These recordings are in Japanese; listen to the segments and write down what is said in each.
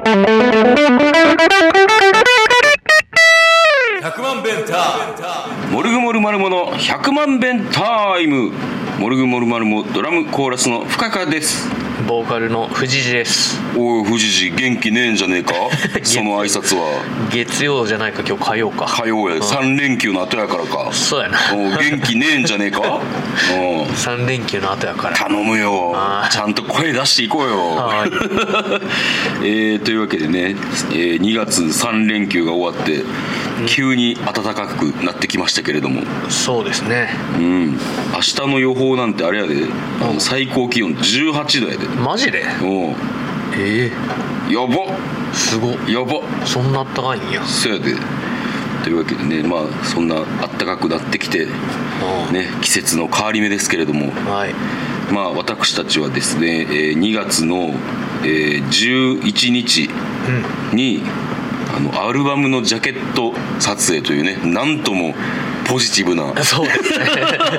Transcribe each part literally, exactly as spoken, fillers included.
ひゃくまん弁タイム。モルグモルマルモのひゃくまん弁タイム。モルグモルマルモドラムコーラスの深川です。 ボーカルの藤次です。 おい藤次、元気ねえんじゃねえかその挨拶は。 月曜じゃないか、今日火曜か。 火曜や、さん連休の後やからか。 そうやな。 お元気ねえんじゃねえかさん連休の後やから頼むよ、ちゃんと声出していこうよえー、というわけでね、えー、にがつさん連休が終わって、うん、急に暖かくなってきましたけれども。 そうですね。 うん、明日の予報なんてあれやで、あの最高気温じゅうはちどやで。 マジで？ おうえー、やばすごやばそんな暖かいんや。 そうやで。というわけでね、まあそんな暖かくなってきてね、季節の変わり目ですけれども、 はい、 まあ私たちはですね、えー、にがつの、えー、じゅういちにちに、うん、あのアルバムのジャケット撮影というね、なんともポジティブなそうですね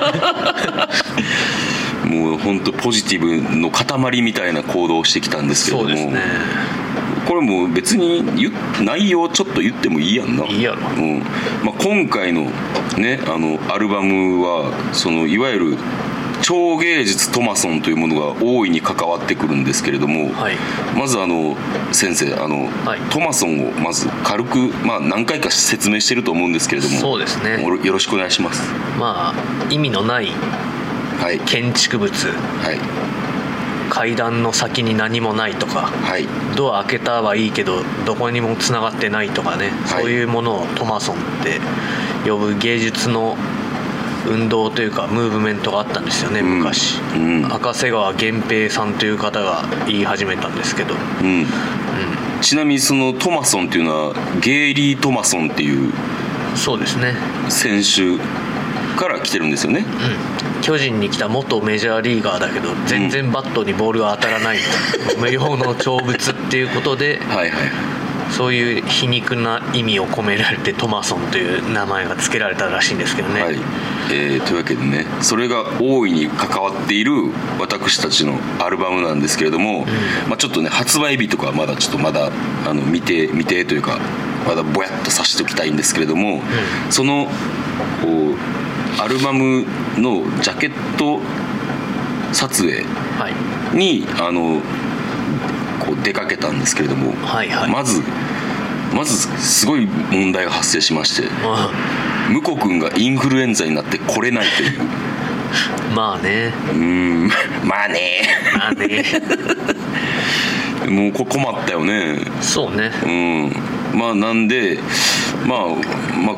もう本当ポジティブの塊みたいな行動をしてきたんですけれども、 そうですね。 これもう別に内容ちょっと言ってもいいやんな。 いいやろ、 うんまあ、今回のね、あのアルバムはそのいわゆる超芸術トマソンというものが大いに関わってくるんですけれども、 はい、 まずあの先生、あの、はい、トマソンをまず軽く、まあ、何回か説明してると思うんですけれども、 そうですね、 よろしくお願いします。 まあ意味のない建築物、はい、階段の先に何もないとか、はい、ドア開けたはいいけどどこにもつながってないとかね、はい、そういうものをトマソンって呼ぶ芸術の運動というかムーブメントがあったんですよね、昔、うんうん、赤瀬川源平さんという方が言い始めたんですけど、うんうん、 ちなみにそのトマソンっていうのはゲイリー・トマソンっていうそうですね選手から来てるんですよね、 うん、巨人に来た元メジャーリーガーだけど全然バットにボールが当たらない、うん、無用の長物っていうことではいはい、そういう皮肉な意味を込められてトマソンという名前が付けられたらしいんですけどね、はいえー、というわけでね、それが大いに関わっている私たちのアルバムなんですけれども、うんまあ、ちょっとね発売日とかまだちょっとまだあの未定未定というかまだぼやっとさせておきたいんですけれども、うん、そのこうアルバムのジャケット撮影に、はい、あのこう出かけたんですけれども、はいはい、まずまずすごい問題が発生しまして、向こう君がインフルエンザになって来れないというまあねうーんまあねまあねもうこ困ったよね。 そうね、 うんまあなんでまあまあ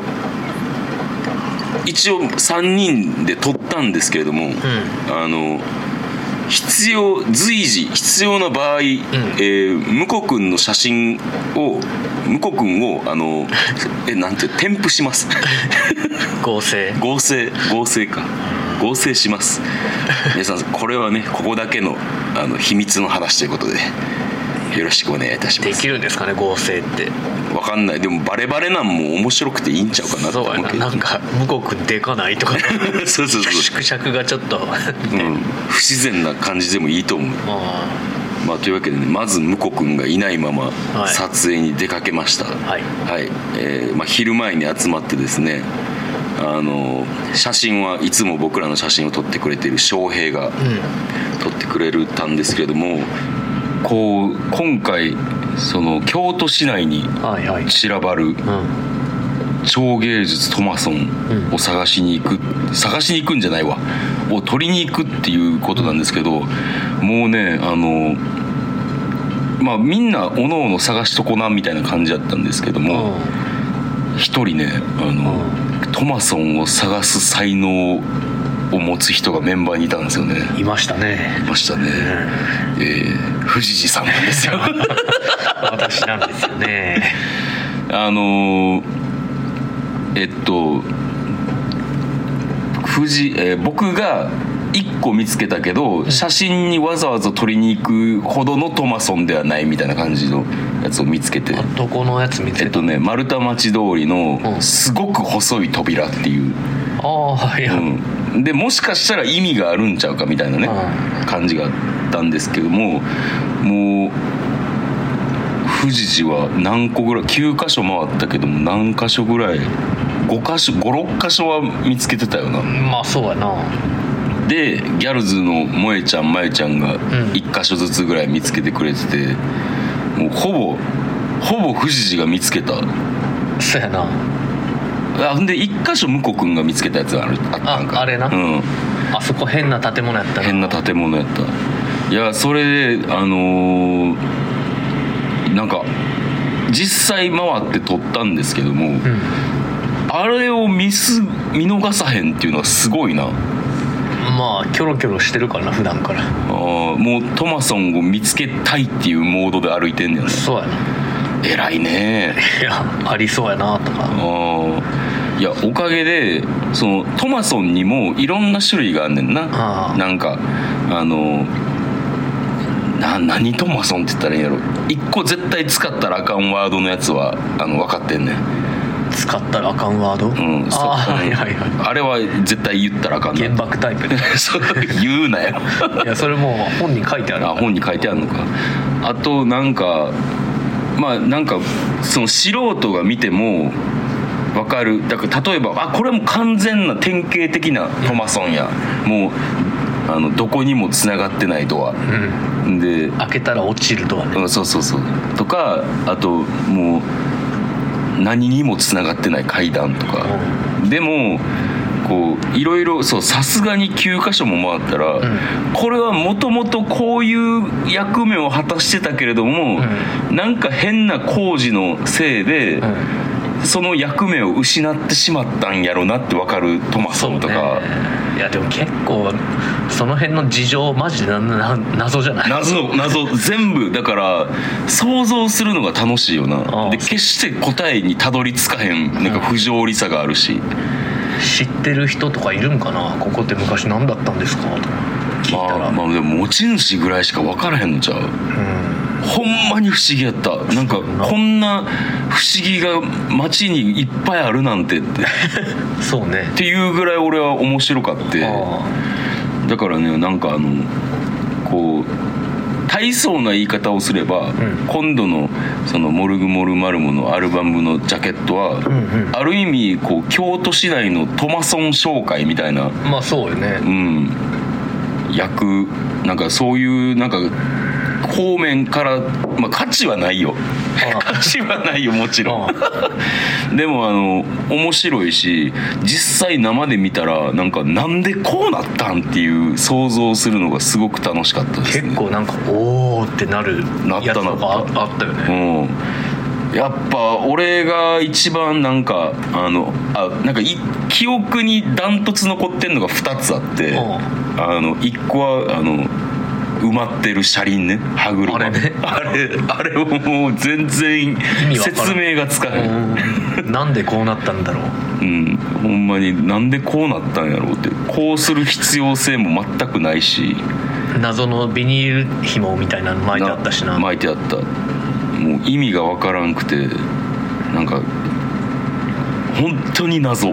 一応さんにんで撮ったんですけれども、うん、あの必要随時必要な場合、うんえー、向こう君の写真を向こう君をあのえなんて添付します合成合成合成か合成します皆さんこれはねここだけの、あの秘密の話ということでよろしくお願いいたします。 できるんですかね合成って。 わかんない。でもバレバレなんも面白くていいんちゃうかなと思うけど。 そうやな、なんか向こう君でかないとかそうそうそう縮尺がちょっと、ねうん、不自然な感じでもいいと思う。あまあ、というわけでね、まず向こう君がいないまま撮影に出かけました。はい、はいえーまあ、昼前に集まってですね、あの写真はいつも僕らの写真を撮ってくれている翔平が撮ってくれたんですけれども、うんこう今回その京都市内に散らばる超芸術トマソンを探しに行く、うん、探しに行くんじゃないわを取りに行くっていうことなんですけど、もうねあのまあみんなおのおの探しとこなみたいな感じだったんですけども、一人ねあのトマソンを探す才能を持つ人がメンバーにいたんですよね。 いましたね。 いましたね。うん、えー、藤次さんなんですよ。 私なんですよね。 あのえっと藤、えー、僕がいっこ見つけたけど、うん、写真にわざわざ撮りに行くほどのトマソンではないみたいな感じのやつを見つけて。 どこのやつ見つけた？ えっとね丸太町通りのすごく細い扉っていう。 ああはい、 うん、でもしかしたら意味があるんちゃうかみたいなね感じがあったんですけども、もう富士寺は何個ぐらいきゅうか所回ったけども何か所ぐらいごか所ごろっか所は見つけてたよな。 まあそうやな。 でギャルズの萌ちゃんまゆちゃんがいっか所ずつぐらい見つけてくれてて、うん、もうほぼほぼ富士寺が見つけた。 そうやな。 あんでいっか所向こうくんが見つけたやつがあるあったんか。 ああれな、うん、あそこ変な建物やったな。 変な建物やった。いやそれであのー、なんか実際回って撮ったんですけども、うん、あれをミス見逃さへんっていうのはすごいな。 まあキョロキョロしてるからな普段から。あもうトマソンを見つけたいっていうモードで歩いてんねんね。 そうやな。 偉いね。 いやありそうやなとか。 あいやおかげでそのトマソンにもいろんな種類があんねんな。あなんかあのな何トマソンって言ったらいいんやろ。一個絶対使ったらあかんワードのやつはあの分かってんねん。 使ったらあかんワード、うん、 そうあ、はいはいはい、あれは絶対言ったらあかんな。 原爆タイプでそう言うなよいやそれもう本に書いてある。 あ本に書いてあるのか。あとなんかまあなんかその素人が見ても分かる。だから例えばあこれも完全な典型的なトマソンや、うん、もうあのどこにもつながってないドア、うん、で開けたら落ちるドアね、 うん、そうそうそうとかあともう何にもつながってない階段とか、うん、でもこういろいろそうさすがにきゅうか所も回ったら、うん、これはもともとこういう役目を果たしてたけれども、うん、なんか変な工事のせいで、うん、その役目を失ってしまったんやろなって分かるトマソンとか、ね、 いやでも結構その辺の事情マジでなな謎じゃない。 謎謎全部だから想像するのが楽しいよな。で決して答えにたどり着かへんなんか不条理さがあるし、 知ってる人とかいるんかな。ここって昔何だったんですかとか聞いたら、 まあ、まあでも持ち主ぐらいしか分からへんのちゃう、うん、ほんまに不思議やった。なんかこんな不思議が街にいっぱいあるなんてってそうねっていうぐらい俺は面白かって。だからねなんかあのこう大層な言い方をすれば、うん、今度のそのモルグモルマルモのアルバムのジャケットは、うんうん、ある意味こう京都市内のトマソン商会みたいな。 まあそうよね。 うん役なんかそういうなんか方面から、まあ、価値はないよ価値はないよもちろんでもあの面白いし実際生で見たらなんかなんでこうなったんっていう想像するのがすごく楽しかったですね。 結構なんかおーってなるやつとか あ, あったよね。 うん、やっぱ俺が一番なんかあのあなんかい記憶にダントツ残ってんのがふたつあって、あのいっこはあの埋まってる車輪ね歯車。あれねあれあれをもう全然説明がつかへんなんでこうなったんだろう。 うんほんまになんでこうなったんやろうってこうする必要性も全くないし、 謎のビニール紐みたいなの巻いてあったしな。 巻いてあった。もう意味がわからんくてなんか本当に謎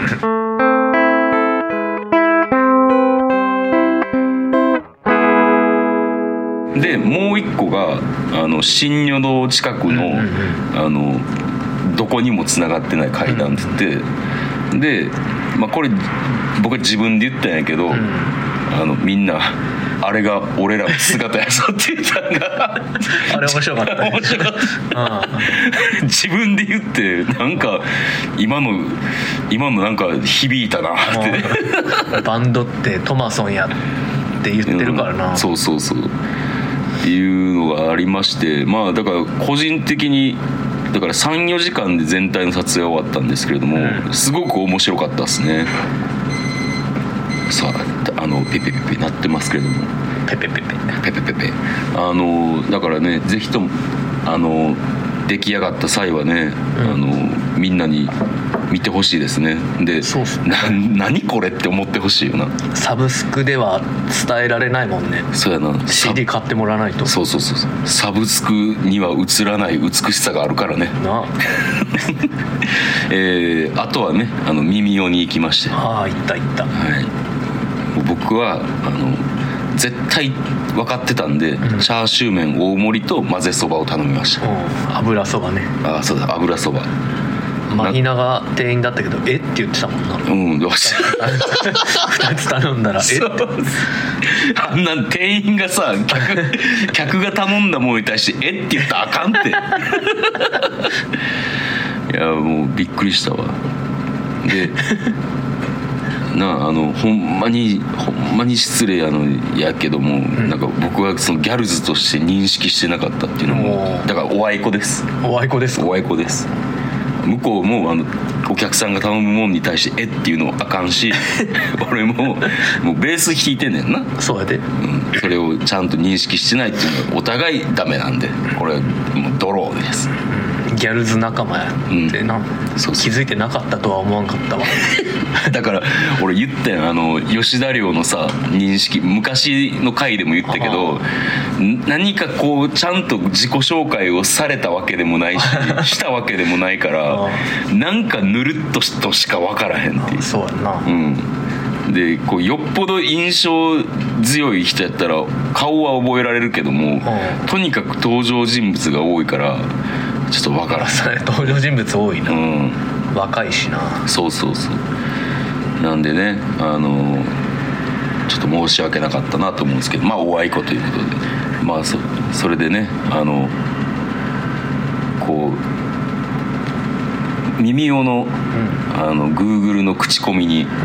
でもう一個があの新如堂近くの、うんうんうん、あのどこにもつながってない階段って言って、うん、で、まあ、これ僕は自分で言ったんやけど、うん、あのみんなあれが俺らの姿やぞって言ったんがあれ面白かった、ね、面白かった自分で言ってなんか今の今のなんか響いたなってバンドってトマソンやって言ってるからな、 うん、そうそうそうっていうのがありまして、まあだから個人的にだから さん,よ 時間で全体の撮影は終わったんですけれども、うん、すごく面白かったですね。さああのペペペペ鳴ってますけれどもペペペペペペペペあのだからねぜひともあの出来上がった際はね、うん、あのみんなに見てほしいですね。でそうっすね、 な何これって思ってほしいよな。 サブスクでは伝えられないもんね。 そうやなシーディー 買ってもらわないと。 そうそうそうサブスクには映らない美しさがあるからねなあ、えー、あとはねあの耳用に行きまして、 ああ行った行った、 はい、僕はあの絶対分かってたんで、うん、チャーシュー麺大盛りと混ぜそばを頼みました。 油そばね。 ああそうだ、油そば。 マヒナが店員だったけどえって言ってたもんな。 うん、どうしたふたつ頼んだらえってあんな店員がさ 客, 客が頼んだものに対してえって言ったらあかんっていやもうびっくりしたわ。でなあのほんまにほんまに失礼やのやけども、うん、なんか僕はそのギャルズとして認識してなかったっていうのもだからおあいこです。 おあいこですか。 おあいこです。向こうもあのお客さんが頼むもんに対してえっていうのはあかんし俺ももうベース弾いてんねんな。 そうやで、 うん、それをちゃんと認識してないっていうのはお互いダメなんでこれはもうドローです。 ギャルズ仲間やってな、うん、そうそう気づいてなかったとは思わんかったわだから俺言ったやんあの吉田寮のさ認識昔の回でも言ったけど何かこうちゃんと自己紹介をされたわけでもないししたわけでもないからなんかぬるっととしか分からへんっていう。 そうやな、 うんでこうよっぽど印象強い人やったら顔は覚えられるけども、とにかく登場人物が多いからちょっと分からない。 登場人物多いな、うん、若いしな。 そうそうそうなんでねあのちょっと申し訳なかったなと思うんですけどまあおあいこということでまあ そ, それでねあのこう耳用の、うん、あの Google の口コミに、うん、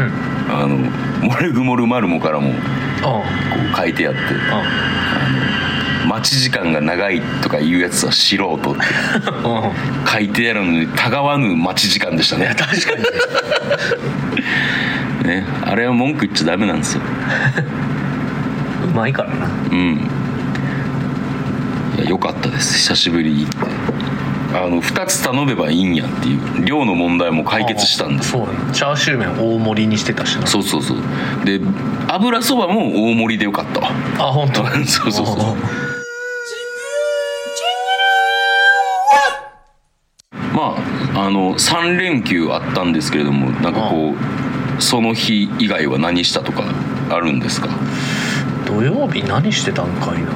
あのモルグモルマルモからもこう書いてあってあの待ち時間が長いとかいうやつは素人って書いてあるのにたがわぬ待ち時間でしたね。 確かにねあれは文句言っちゃダメなんですようまいからな。 うんいやよかったです久しぶりに行ってあのふたつ頼めばいいんやっていう量の問題も解決したんです。 そうだねチャーシュー麺大盛りにしてたしな。 そうそうそうで油そばも大盛りでよかったわ。 あ本当そうそうそうまああのさん連休あったんですけれどもなんかこうその日以外は何したとかあるんですか。 土曜日何してたんかいな。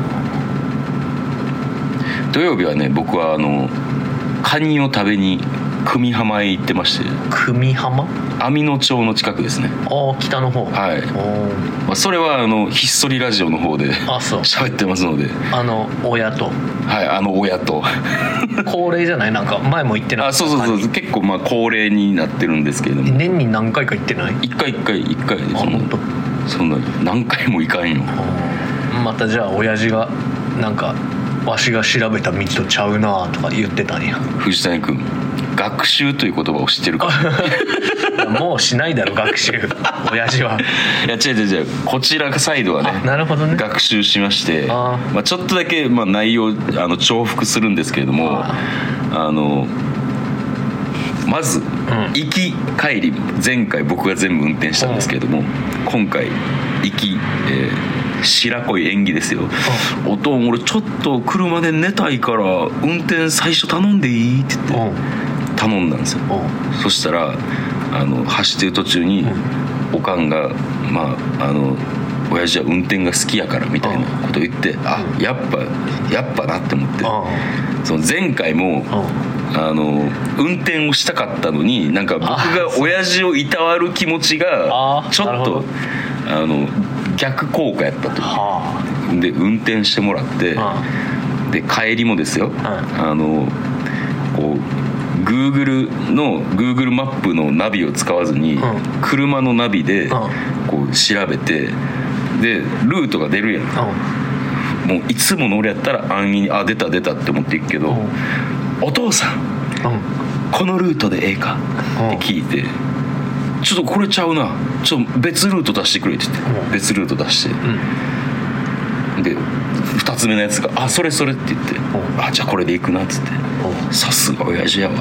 土曜日はね僕はあのカニを食べに久美浜へ行ってまして。 久美浜網野町の近くですね。 ああ北の方。 はい、まあ、それはあのひっそりラジオの方で喋ってますのであの親とはいあの親と恒例じゃないなんか前も行ってない。 あそうそうそう結構まあ恒例になってるんですけれども年に何回か行ってない。 いっかいいっかいいっかいです。そんなそんな何回も行かんよ。 またじゃあ親父がなんかわしが調べた道とちゃうなとか言ってたんや。 藤谷君学習という言葉を知ってるかもうしないだろ学習親父は。 いや違う違う違うこちらサイドはねなるほどね学習しましてあ、まあ、ちょっとだけまあ内容あの重複するんですけれども あ, あのまず、うん、行き帰り前回僕が全部運転したんですけれども、うん、今回行き、えー白恋演技ですよ。おとん俺ちょっと車で寝たいから運転最初頼んでいいって言って頼んだんですよ。そしたらあの走ってる途中におかんがまああの親父は運転が好きやからみたいなこと言ってあやっぱやっぱなって思ってその前回もあの運転をしたかったのになんか僕が親父をいたわる気持ちがちょっとあの逆効果やったと、はあ、で運転してもらって、はあ、で帰りもですよ、はあ、あのこう Google の Google マップのナビを使わずに、はあ、車のナビでこう調べてでルートが出るやん、はあ、もういつもの俺やったら安易にあ出た出たって思っていくけど、はあ、お父さん、はあ、このルートでええかって聞いてちょっとこれちゃうなちょっと別ルート出してくれって言って別ルート出して、うん、でふたつめのやつがあそれそれって言ってあじゃあこれで行くなっつってさすが親父やわ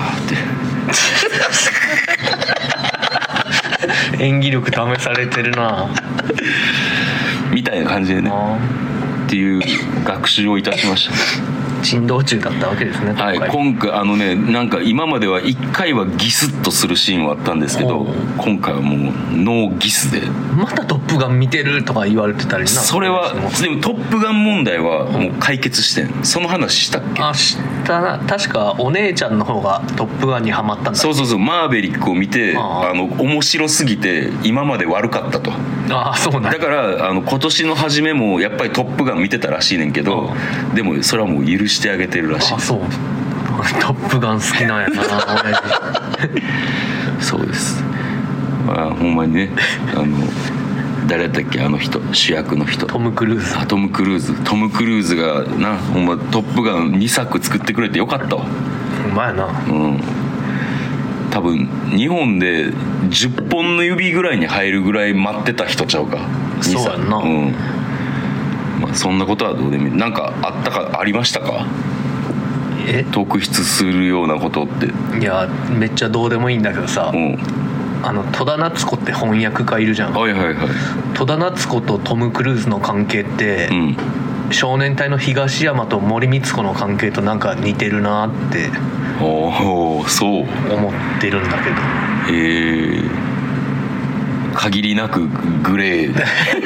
って演技力試されてるなみたいな感じでねっていう学習をいたしました。 珍道中だったわけですね。 はい、今回あのねなんか今まではいっかいはギスッとするシーンはあったんですけど、今回はもうノーギスでまたトップガン見てるとか言われてたりな。 それはでもトップガン問題はもう解決してん、うん、その話したっけ。 あ、したな。確かお姉ちゃんの方がトップガンにハマったんだ。 そうそうそう、マーヴェリックを見てああの面白すぎて今まで悪かったと。 ああ、そうなんだ。 だからあの今年の初めもやっぱりトップガン見てたらしいねんけど、でもそれはもう許してあげてるらしい。 あ、そう。トップガン好きなんやな親父。そうです。まあほんまにね、あの誰だったっけあの人、主役の人、 トム・クルーズ。 あ、トム・クルーズトム・クルーズがな、ほんまトップガンにさく作ってくれてよかったわ。 ほんまやな。 うん、多分日本でじゅっぽんの指ぐらいに入るぐらい待ってた人ちゃうか。 そうやんな。 うん、まあそんなことはどうでもいい。なんかあったか、ありましたか。 え、 特筆するようなことって。 いやめっちゃどうでもいいんだけどさ、うん、あの戸田夏子って翻訳家いるじゃん。 はいはいはい。 戸田夏子とトム・クルーズの関係って、うん、少年隊の東山と森光子の関係となんか似てるなっておお、そう思ってるんだけど。 へえ、限りなくグレー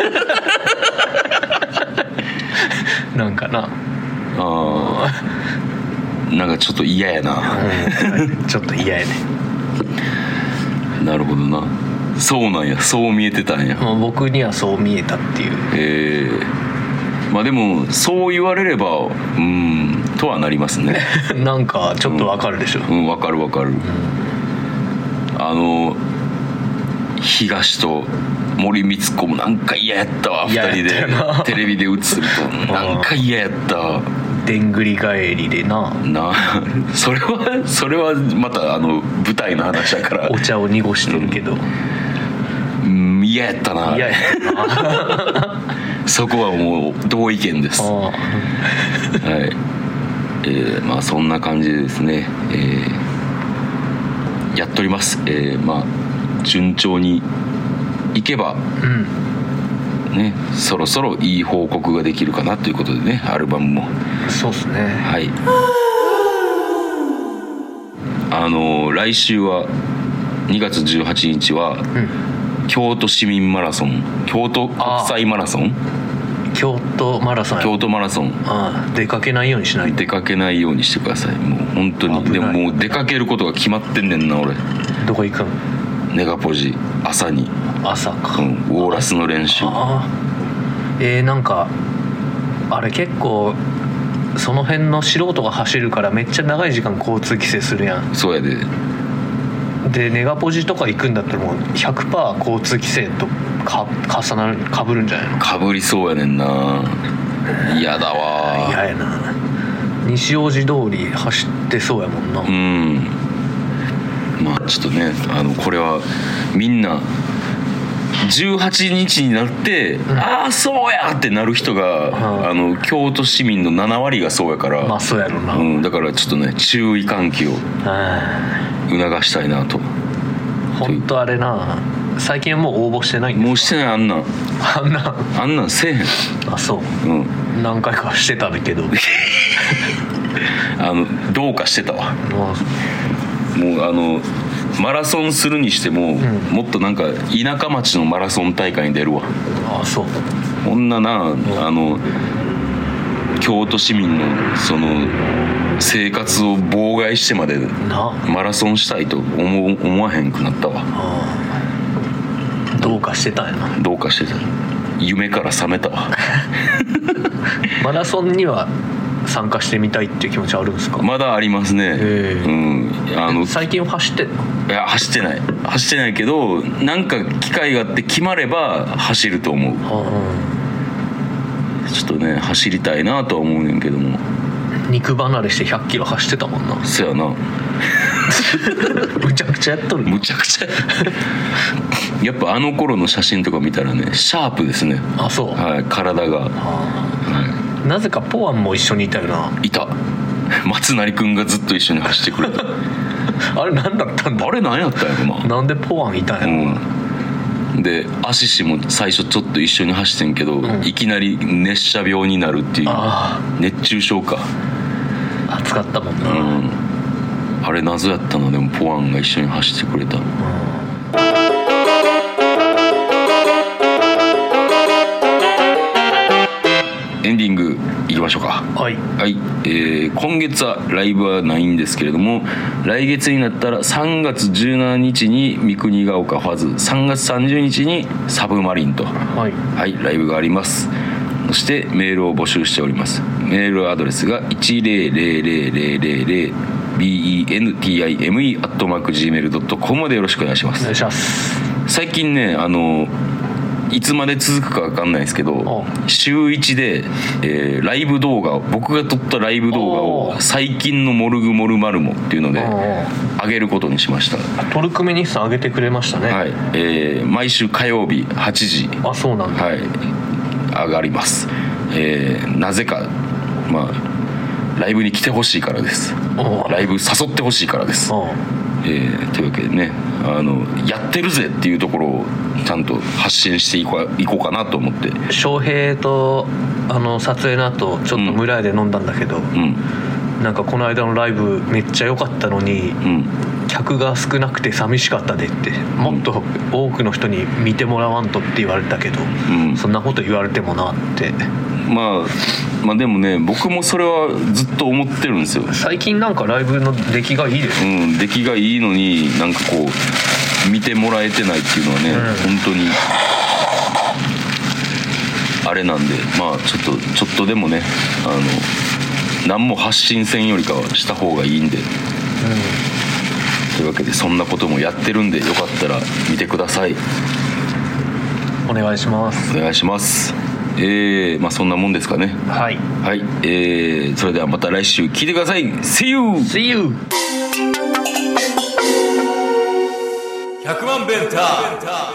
なんかな。 あなんかちょっと嫌やな、 うん、ちょっと嫌やね。 なるほどな。そうなんや、そう見えてたんや。 まあ、僕にはそう見えたっていう。 えー、まあでもそう言われればうんとはなりますね。 なんかちょっとわかるでしょ。 うん、わ、うん、かるわかる、うん、あの東と森光子もなんか嫌やったわ。ふたりでテレビで映るとなんか嫌やったわ。 でんぐり返りでななそれはそれはまたあの舞台の話だからお茶を濁してるけど、 うん、嫌やったな。 嫌やったなそこはもう同意見です。はい、えー、まあそんな感じでですね、えー、やっております。えー、まあ順調にいけば、うんね、そろそろいい報告ができるかなということでね、アルバムも。 そうですね。 はい。あの来週はにがつじゅうはちにちは、うん、京都市民マラソン、京都国際マラソン、 京都マラソン京都マラソン。 ああ、出かけないようにしないと。 出かけないようにしてください。もう本当に。でももう出かけることが決まってんねんな俺。 どこ行くん。 ネガポジ朝に。 朝か、 うん、ウォーラスの練習。 ああ、えー、なんかあれ結構その辺の素人が走るからめっちゃ長い時間交通規制するやん。 そうやで。 でネガポジとか行くんだったらもう ひゃくパーセント 交通規制とか重なる、かぶるんじゃないの。 かぶりそうやねんな。嫌だわ。 嫌やな。西大路通り走ってそうやもんな。 うん、まあちょっとね、あのこれはみんなじゅうはちにちになって、うん、ああそうやってなる人が、うん、あの京都市民のななわりがそうやから。 まあそうやろな、 うん、だからちょっとね注意喚起を促したいなと。 本当あれな、最近はもう応募してないんですか。 もうしてない。あんなんあんなんあんなんせえへん。 あ、そう、うん、何回かしてたんだけどあのどうかしてたわ。もうあのマラソンするにしても、うん、もっとなんか田舎町のマラソン大会に出るわ。 ああ、そう。 こんなな、うん、あの京都市民のその生活を妨害してまでマラソンしたいと思う思わへんくなったわ。ああ、どうかしてたんやな。 どうかしてた。夢から覚めたわマラソンには参加してみたいっていう気持ちはあるんですか。 まだありますね。うん、あの最近走ってんの。 いや走ってない走ってないけど、なんか機会があって決まれば走ると思う。はあ、ちょっとね走りたいなとは思うねんけども。 肉離れしてひゃっキロ走ってたもんな。 そやなむちゃくちゃやっとる。 むちゃくちゃやっぱあの頃の写真とか見たらねシャープですね。 あ、そう。 はい、体が。はあ、はい、なぜかポワンも一緒にいたよな。 いた。松成くんがずっと一緒に走ってくれたあれ何だったんだ。 あれ何やったんやろな。 なんでポワンいたんやろな、 うん、でアシシも最初ちょっと一緒に走ってんけど、うん、いきなり熱射病になるっていう。熱中症か。 使ったもんな、 うん、あれ謎やったの。でもポワンが一緒に走ってくれた、うん、エンディングいきましょうか。 はい、 はい。えー、今月はライブはないんですけれども、来月になったらさんがつじゅうしちにちに三国ヶ丘ファズ、さんがつさんじゅうにちにサブマリンと、はい、はい、ライブがあります。そしてメールを募集しております。メールアドレスが いちぜろぜろぜろぜろぜろぜろ ビーイーエヌティーアイエムイー アットマーク ジーメール ドットコム までよろしくお願いします。 お願いします。 最近ね、あのいつまで続くか分かんないですけど、週いちで、えー、ライブ動画を、僕が撮ったライブ動画を最近のモルグモルマルモっていうので上げることにしました。 トルクメニスト上げてくれましたね。 はい、えー、毎週火曜日はちじ、 あ、そうなんだ、 はい、上がります。えー、なぜか、まあライブに来てほしいからです。ライブ誘ってほしいからです。えー、というわけでね、あのやってるぜっていうところをちゃんと発信していこう、いこうかなと思って。 翔平とあの撮影の後ちょっと村屋で飲んだんだけど、うん、なんかこの間のライブめっちゃ良かったのに、うん、客が少なくて寂しかったでって、もっと多くの人に見てもらわんとって言われたけど、うん、そんなこと言われてもなって。 まあまあでもね、僕もそれはずっと思ってるんですよ。 最近なんかライブの出来がいいですよ、 うん、出来がいいのになんかこう見てもらえてないっていうのはね、うん、本当にあれなんで、まあちょっとちょっとでもね、あの何も発信せんよりかはした方がいいんで、うん、というわけでそんなこともやってるんで、よかったら見てください。 お願いします。 お願いします。えー、まあそんなもんですかね。 はい、 はい、えー、それではまた来週聞いてください。 See you! See you! ひゃくまんベンター